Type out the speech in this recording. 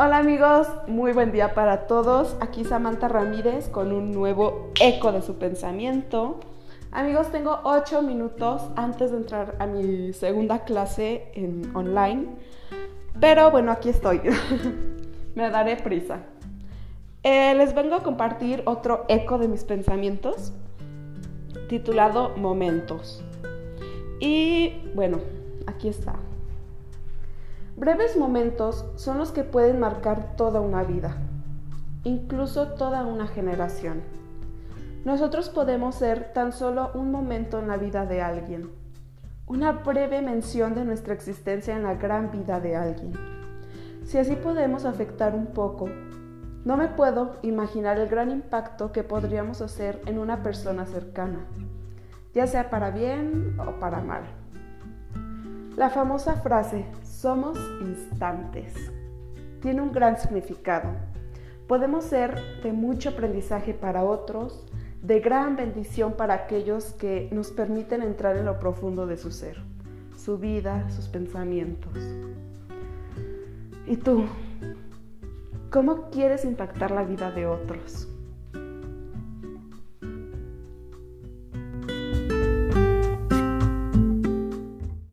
Hola amigos, muy buen día para todos. Aquí Samantha Ramírez con un nuevo eco de su pensamiento. Amigos, tengo 8 minutos antes de entrar a mi segunda clase en online. Pero bueno, aquí estoy. Me daré prisa. Les vengo a compartir otro eco de mis pensamientos titulado Momentos. Y bueno, aquí está. Breves momentos son los que pueden marcar toda una vida, incluso toda una generación. Nosotros podemos ser tan solo un momento en la vida de alguien, una breve mención de nuestra existencia en la gran vida de alguien. Si así podemos afectar un poco, no me puedo imaginar el gran impacto que podríamos hacer en una persona cercana, ya sea para bien o para mal. La famosa frase, somos instantes, tiene un gran significado. Podemos ser de mucho aprendizaje para otros, de gran bendición para aquellos que nos permiten entrar en lo profundo de su ser, su vida, sus pensamientos. ¿Y tú? ¿Cómo quieres impactar la vida de otros?